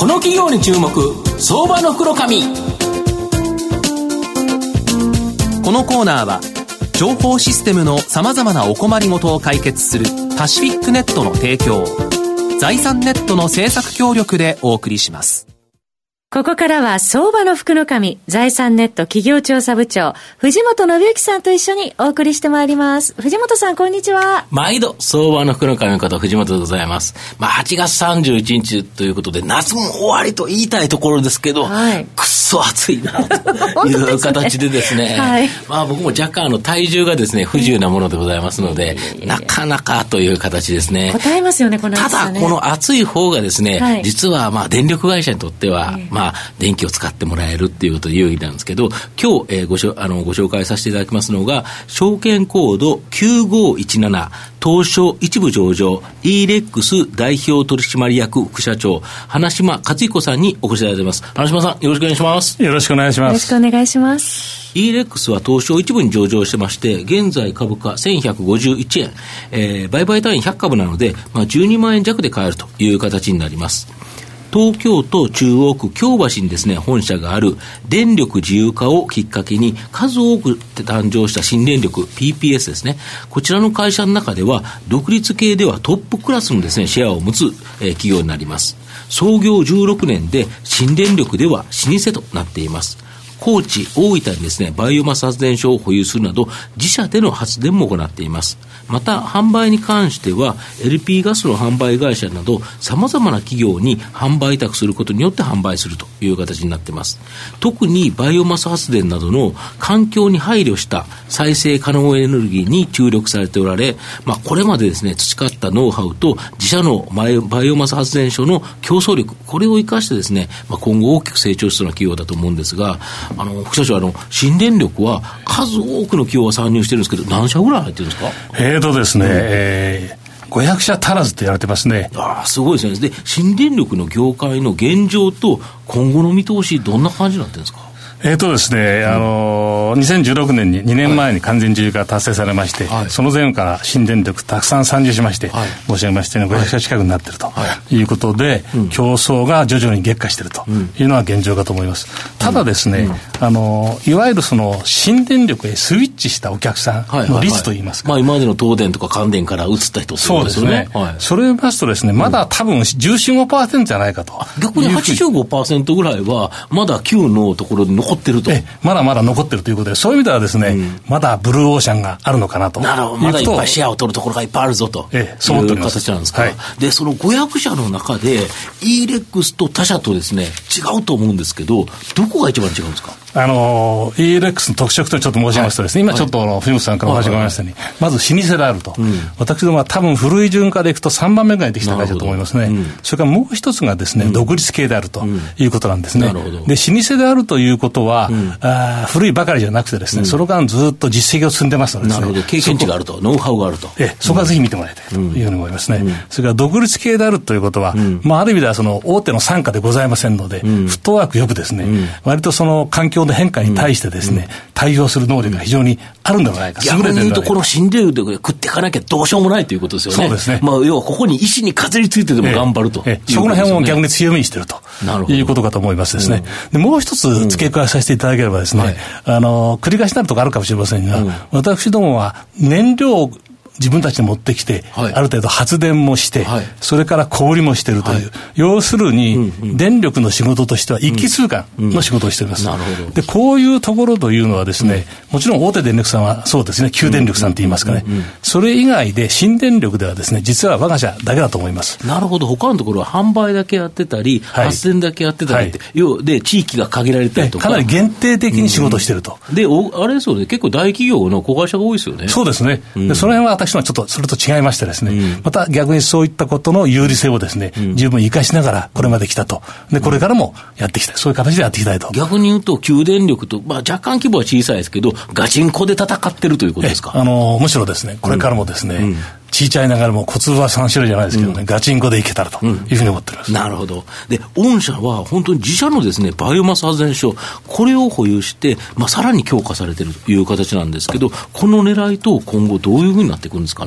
この企業に注目、相場の福の神。 このコーナーは情報システムのさまざまなお困りごとを解決するパシフィックネットの提供、財産ネットの制作協力でお送りします。 ここからは相場の福の神、財産ネット企業調査部長藤本信之さんと一緒にお送りしてまいります。藤本さん、こんにちは。 毎度相場の福の神こと藤本でございます。8月31日ということで夏も終わりと言いたいところですけど、くっそ暑いなという形でですねはい、僕も若干体重がですね不自由なものでございますので、なかなかという形ですね。 答えますよね、この暑さね。 ただこの暑い方がですね、実は電力会社にとっては電気を使ってもらえるっていうことで有意義なんですけど、今日ご紹介させていただきますのが、証券コード9517東証一部上場 E-REX 代表取締役副社長花島克彦さんにお越しいただいています。花島さん、よろしくお願いします。 よろしくお願いします。 よろしくお願いします。 E-REX は東証一部に上場してまして、現在株価1151円、売買単位100株なので、12万円弱で買えるという形になります。東京都中央区京橋にですね、本社がある電力自由化をきっかけに数多く誕生した新電力 PPS ですね。こちらの会社の中では独立系ではトップクラスのですね、シェアを持つ、企業になります。創業16年で新電力では老舗となっています。高知、大分にですね、バイオマス発電所を保有するなど自社での発電も行っています。また販売に関しては LP ガスの販売会社など様々な企業に販売委託することによって販売するという形になっています。特にバイオマス発電などの環境に配慮した再生可能エネルギーに注力されておられ、これまでですね、培ったノウハウと自社のバイオマス発電所の競争力、これを生かしてですね、今後大きく成長しそうな企業だと思うんですが、副社長、新電力は数多くの企業が参入してるんですけど、何社ぐらい入ってるんですか？ ですね、500社足らずと言われてますね。 すごいですね。で、新電力の業界の現状と今後の見通し、どんな感じになってるんですか？ ですね、2016年に2年前に完全自由化が達成されまして、その前後から新電力たくさん参入しまして、申し上げましたように500社近くになっているということで、競争が徐々に激化しているというのは現状かと思います。ただですね、いわゆるその新電力へスイッチしたお客さんの率といいますか、 今までの東電とか関電から移った人ってことですよね。 それを見ますとですね、まだ多分 14-15% じゃないかと。 逆に 85% ぐらいはまだ旧のところに残ってると。 まだまだ残ってるということで、そういう意味ではですね、まだブルーオーシャンがあるのかなと。 なるほど、まだいっぱいシェアを取るところがいっぱいあるぞという形なんですか。で、その500社の中で E-REX と他社とですね、違うと思うんですけど、どこが一番違うんですか ？E-REX の特色とちょっと申しますとですね、今ちょっと藤本さんからお話がありましたように、まず老舗であると。私どもは多分古い順化でいくと3番目ぐらいできた会社だと思いますね。それからもう一つがですね、独立系であるということなんですね。で、老舗であるということは、古いばかりじゃなくてですね、その間ずっと実績を積んでますのでですね。 経験値があると、ノウハウがあると。 そこはぜひ見てもらいたいというふうに思いますね。それから独立系であるということは、ある意味ではその大手の傘下でございませんので、フットワークよくですね、割とその環境の変化に対してですね、対応する能力が非常にあるんではないか。 逆に言うと、この新電力で食っていかなきゃどうしようもないということですよね。 そうですね。 要はここに石にかずりついてでも頑張ると。 そこの辺を逆に強みにしているということかと思いますですね。で、もう一つ付け加えさせていただければですね、繰り返しになるところあるかもしれませんが、私どもは燃料を自分たちで持ってきて、ある程度発電もして、それから小売りもしているという、要するに、電力の仕事としては一気通貫の仕事をしています。で、こういうところというのはですね、もちろん大手電力さんはそうですね、旧電力さんと言いますかね、それ以外で新電力ではですね、実は我が社だけだと思います。 なるほど。他のところは販売だけやってたり、発電だけやってたりって、で、地域が限られたりとか。 かなり限定的に仕事をしていると。 で、あれですよね、結構大企業の子会社が多いですよね。 そうですね。で、その辺は私のはちょっとそれと違いましてですね、また逆にそういったことの有利性をですね、十分生かしながらこれまで来たと。で、これからもやっていきたい。そういう形でやっていきたいと。 逆に言うと、旧電力と、若干規模は小さいですけど、ガチンコで戦ってるということですか？ むしろですね、これからもですね、小さいながらも小粒は3種類じゃないですけどね、ガチンコでいけたらというふうに思っております。 なるほど。で、御社は本当に自社のですね、バイオマス発電所、これを保有して、さらに強化されているという形なんですけど、この狙いと今後どういうふうになっていくんですかね？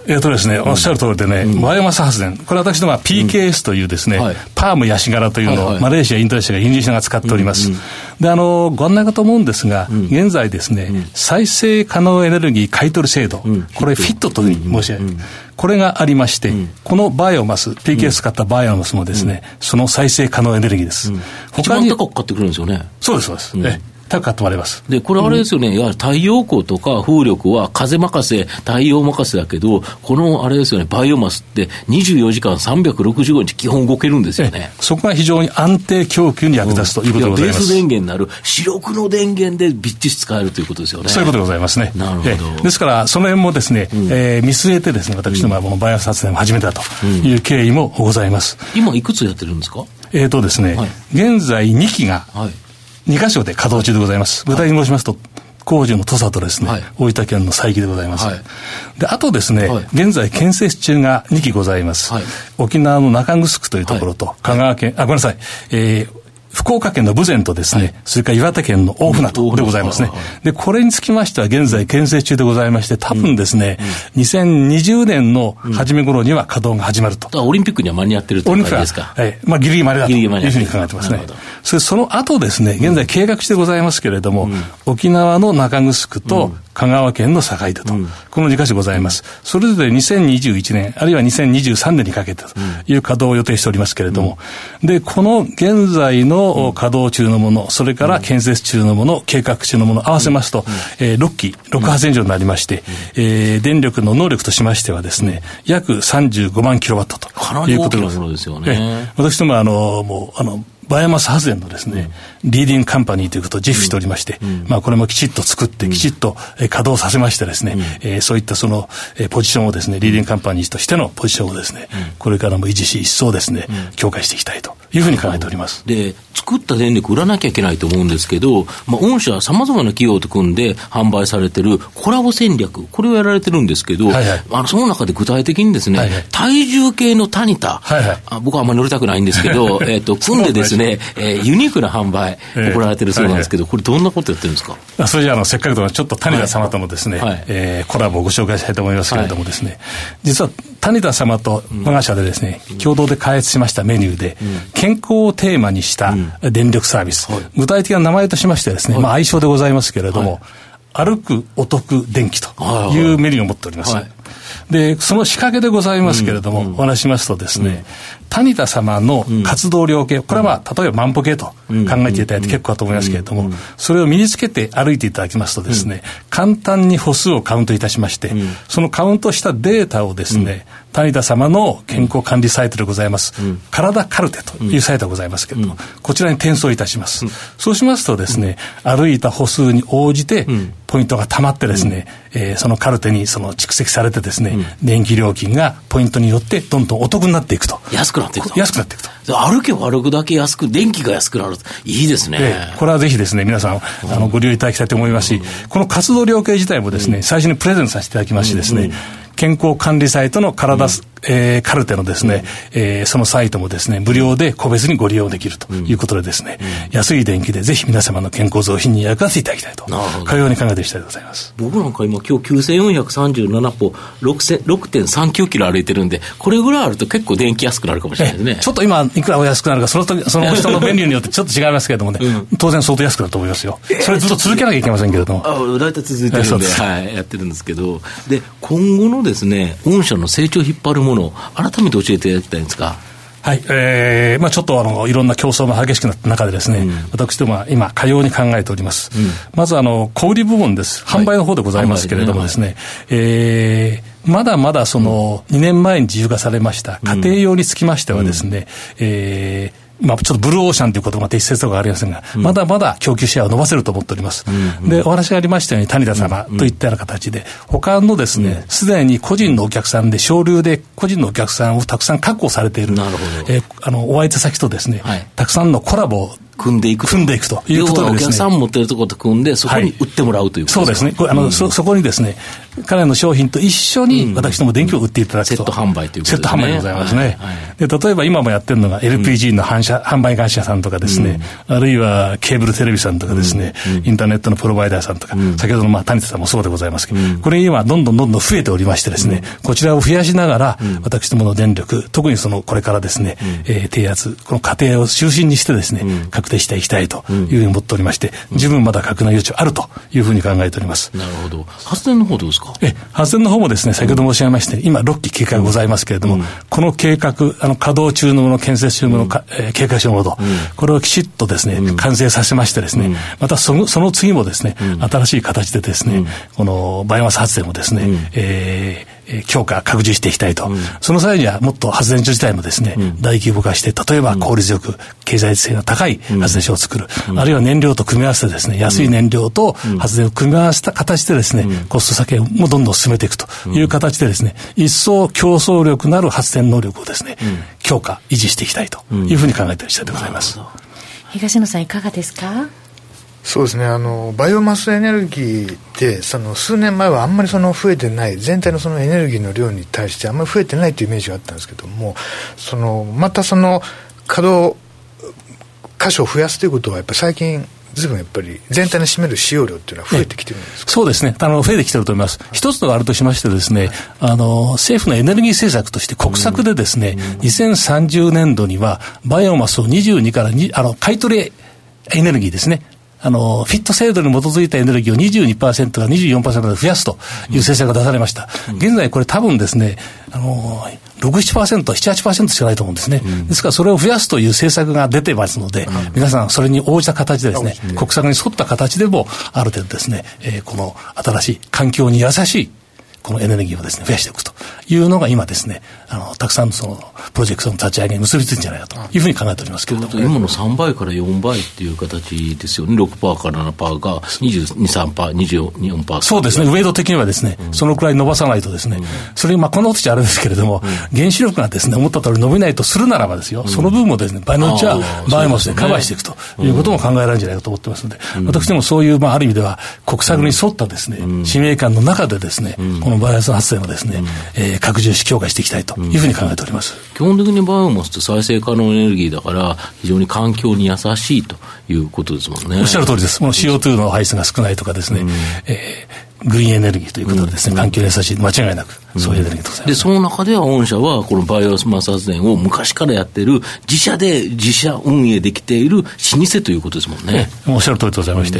ですね、おっしゃる通りでね、バイオマス発電、これ私どもは PKS というですね、パームヤシ殻というのをマレーシア、インドネシアが輸入しながら使っております。で、ご案内かと思うんですが、現在ですね、再生可能エネルギー買い取り制度、これフィットというふうに申し上げる。これがありまして、このバイオマス、PKS 使ったバイオマスもですね、その再生可能エネルギーです。 一番高く買ってくるんですよね。 そうです、そうです。高く買ってもらいます。 で、これあれですよね、やはり太陽光とか風力は風任せ、太陽任せだけど、このあれですよね、バイオマスって24時間365日基本動けるんですよね。 そこが非常に安定供給に役立つということでございます。 ベース電源になる主力の電源でびっちし使えるということですよね。 そういうことでございますね。 なるほど。 ですから、その辺もですね、見据えてですね、私どもはこのバイオマス発電を始めたという経緯もございます。 今いくつやってるんですか？ ですね、現在2機が、2カ所で稼働中でございます。具体的に申しますと、工事の土佐とですね、大分県の佐伯でございます。で、あとですね、現在建設中が2機ございます。沖縄の中城というところと、香川県、ごめんなさい、福岡県の豊前とですね、それから岩手県の大船渡でございますね。で、これにつきましては現在建設中でございまして、多分ですね、2020年の初め頃には稼働が始まると。 オリンピックには間に合ってるという感じですか？ まあ、ギリギリまでだというふうに考えてますね。その後ですね、現在計画してございますけれども、沖縄の中城と香川県の坂出と、この2カ所ございます。それぞれ2021年、あるいは2023年にかけてという稼働を予定しておりますけれども、で、この現在の稼働中のもの、それから建設中のもの、計画中のもの、合わせますと、6機、6発電所になりまして、電力の能力としましてはですね、約35万キロワットということでかなり大きなものですよね。 私どももう、バイオマス発電のですね、リーディングカンパニーということを自負しておりまして、まあこれもきちっと作って、きちっと稼働させましてですね、そういったそのポジションをですね、リーディングカンパニーとしてのポジションをですね、これからも維持し、一層ですね、強化していきたいというふうに考えております。 で、作った電力売らなきゃいけないと思うんですけど、まあ御社は様々な企業と組んで販売されてるコラボ戦略、これをやられてるんですけど、その中で具体的にですね、体重計のタニタ、僕はあんまり乗りたくないんですけど、組んでですね、ユニークな販売行われているそうなんですけど、これどんなことやってるんですか？ それじゃせっかくのちょっと谷田様とのですね、コラボをご紹介したいと思いますけれどもですね、実は谷田様と我が社でですね、共同で開発しましたメニューで、健康をテーマにした電力サービス、具体的な名前としましてですね、まあ愛称でございますけれども、歩くお得電気というメニューを持っております。で、その仕掛けでございますけれども、お話しますとですね、谷田様の活動量計、これはまあ例えば万歩計と考えていただいて結構だと思いますけれども、それを身につけて歩いていただきますとですね、簡単に歩数をカウントいたしまして、そのカウントしたデータをですね、谷田様の健康管理サイトでございます、体カルテというサイトがございますけれども、こちらに転送いたします。そうしますとですね、歩いた歩数に応じてポイントが溜まってですね、そのカルテにその蓄積されてですね、電気料金がポイントによってどんどんお得になっていくと。 安くなっていくと。 安くなっていくと。 歩けば歩くだけ安く、電気が安くなると。いいですね。 これはぜひですね、皆さん、ご利用いただきたいと思いますし、この活動量計自体もですね、最初にプレゼントさせていただきましてですね、健康管理サイトの体、カルテのですね、そのサイトもですね、無料で個別にご利用できるということでですね、安い電気でぜひ皆様の健康増進に役立てていただきたいと、かように考えていきたいでございます。 僕なんか今日9437歩 6.39 キロ歩いてるんで、これぐらいあると結構電気安くなるかもしれないですね。 ちょっと今いくらお安くなるか、その人の便利によってちょっと違いますけれどもね、当然相当安くなると思いますよ。それずっと続けなきゃいけませんけれども。 大体続いてるんで、やってるんですけど、で、今後のですね、御社の成長を引っ張るもの、改めて教えていただきたいんですか？ はい、まあちょっといろんな競争も激しくなった中でですね、私どもは今かように考えております。まず小売部門です。販売の方でございますけれどもですね、まだまだ2年前に自由化されました家庭用につきましてはですね、まあ、ちょっとブルーオーシャンということが適切とかありませんが、まだまだ供給シェアを伸ばせると思っております。で、お話がありましたように、谷田様といったような形で、他のですね、すでに個人のお客さんで、省流で個人のお客さんをたくさん確保されている、お相手先とですね、たくさんのコラボ組んでいくということでですね。 要はお客さん持ってるところと組んで、そこに売ってもらうということですか。 そうですね。そこにですね、彼らの商品と一緒に私ども電気を売っていただくと。 セット販売ということですね。 セット販売でございますね。で例えば今もやってるのが LPG の販売会社さんとかですね、あるいはケーブルテレビさんとかですね、インターネットのプロバイダーさんとか、先ほどの谷田さんもそうでございますけど、これ今どんどん増えておりましてですね、こちらを増やしながら、私どもの電力、特にこれからですね、低圧、この過程を中心にしてですね、確定していきたいというふうに思っておりまして、十分まだ拡大余地あるというふうに考えております。 なるほど。発電の方どうですか？ 発電の方もですね、先ほど申し上げまして、今6基計画がございますけれども、この計画、稼働中のもの、建設中のもの、計画中のもの、これをきちっとですね、完成させましてですね、またその次もですね、新しい形でですね、このバイオマス発電をですね、強化、拡充していきたいと。その際にはもっと発電所自体もですね、大規模化して、例えば効率よく経済性が高い発電所を作る。あるいは燃料と組み合わせてですね、安い燃料と発電を組み合わせた形でですね、コスト削減もどんどん進めていくという形でですね、一層競争力のある発電能力をですね、強化、維持していきたいというふうに考えている次第でございます。 東野さんいかがですか？ そうですね、バイオマスエネルギーって数年前はあんまり増えてない、全体のエネルギーの量に対してあんまり増えてないというイメージがあったんですけども、また稼働箇所を増やすということはやっぱり最近ずいぶんやっぱり全体の占める使用量っていうのは増えてきてるんですか？ そうですね、増えてきてると思います。一つのあるとしましてですね、政府のエネルギー政策として国策でですね、2030年度にはバイオマスを22から買い取りエネルギーですね、フィット制度に基づいたエネルギーを 22% から 24% で増やすという政策が出されました。現在これ多分ですね、6-7%、7-8% しかないと思うんですね。ですからそれを増やすという政策が出てますので、皆さんそれに応じた形でですね、国策に沿った形でもある程度ですね、この新しい環境に優しいこのエネルギーをですね、増やしていくというのが今ですね、たくさんのプロジェクトの立ち上げに結びついてるんじゃないかというふうに考えておりますけれども。 今の3倍から4倍っていう形ですよね。6% から 7% が 22-3%、24%。 そうですね。ウェイド的にはですね、そのくらい伸ばさないとですね、それこんなことじゃあれですけれども、原子力がですね、思った通り伸びないとするならばですよ、その分もですね、場合のうちはバイオマスでカバーしていくということも考えられるんじゃないかと思ってますので、私どもそういう、ある意味では国策に沿ったですね、使命感の中でですね、このバイオマス発電をですね、拡充し強化していきたいというふうに考えております。 基本的にバイオマスって再生可能エネルギーだから非常に環境に優しいということですもんね。 おっしゃる通りです。この CO2 の排出が少ないとかですね、グリーンエネルギーということでですね、環境に優しい、間違いなくそういうエネルギーでございます。 でその中では御社はこのバイオマス発電を昔からやっている自社運営できている老舗ということですもんね。 おっしゃる通りでございまして、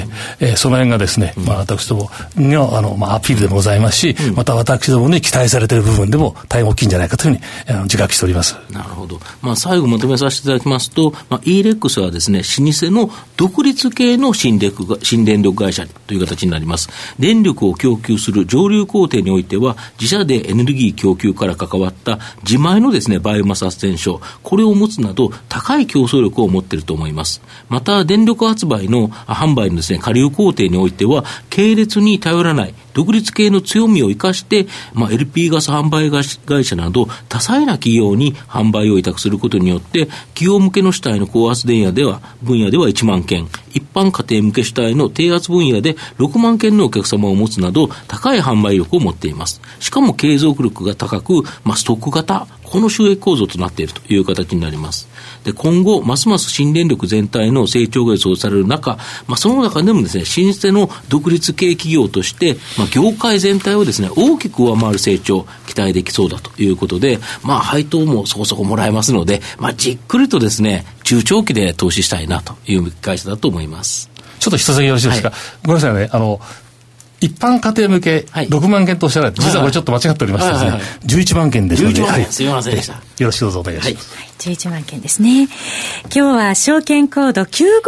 その辺がですね、私どものアピールでもございますし、また私どもに期待されている部分でも大変大きいんじゃないかというふうに自覚しております。 なるほど。最後まとめさせていただきますと、ELEX はですね、老舗の独立系の新電力会社という形になります。電力を供給する上流工程においては、自社でエネルギー供給から関わった自前のですね、バイオマス発電所、これを持つなど高い競争力を持っていると思います。また、電力販売のですね、下流工程においては、系列に頼らない独立系の強みを生かして、LP ガス販売会社など多彩な企業に販売を委託することによって、企業向けの主体の高圧電分野では1万件、一般家庭向け主体の低圧分野で6万件のお客様を持つなど高い販売力を持っています。しかも継続力が高く、ストック型、この収益構造となっているという形になります。で、今後ますます新電力全体の成長が予想される中、その中でもですね、老舗の独立系企業として、業界全体をですね、大きく上回る成長期待できそうだということで、配当もそこそこもらえますので、じっくりとですね、中長期で投資したいなという会社だと思います。 ちょっと一つだけよろしいですか。はい、ごめんなさいね。一般家庭向け6万件とおっしゃられて、実はこれちょっと間違っておりましてですね、11万件ですので、 11万件、すいませんでした。 よろしくどうぞお願いします。 11万件ですね。今日は証券コード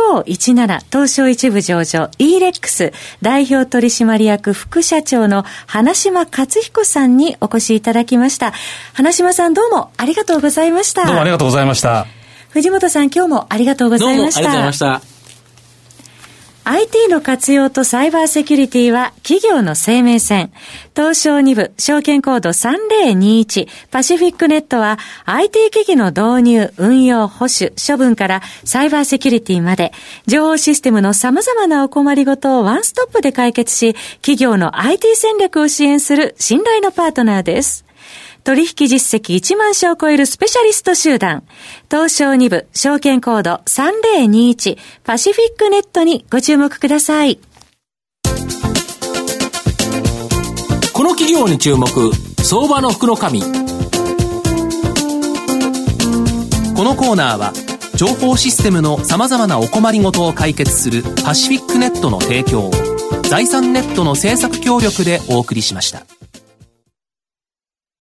9517東証一部上場 ELEX 代表取締役副社長の花島勝彦さんにお越しいただきました。花島さんどうもありがとうございました。 どうもありがとうございました。 藤本さん今日もありがとうございました。 どうもありがとうございました。 IT の活用とサイバーセキュリティは企業の生命線。東証2部証券コード3021パシフィックネットは IT 機器の導入、運用、保守、処分からサイバーセキュリティまで情報システムの様々なお困りごとをワンストップで解決し、企業の IT 戦略を支援する信頼のパートナーです。取引実績1万社を超えるスペシャリスト集団、東証2部証券コード3021パシフィックネットにご注目ください。 この企業に注目、相場の福の神。 このコーナーは情報システムの様々なお困りごとを解決するパシフィックネットの提供、財産ネットの制作協力でお送りしました。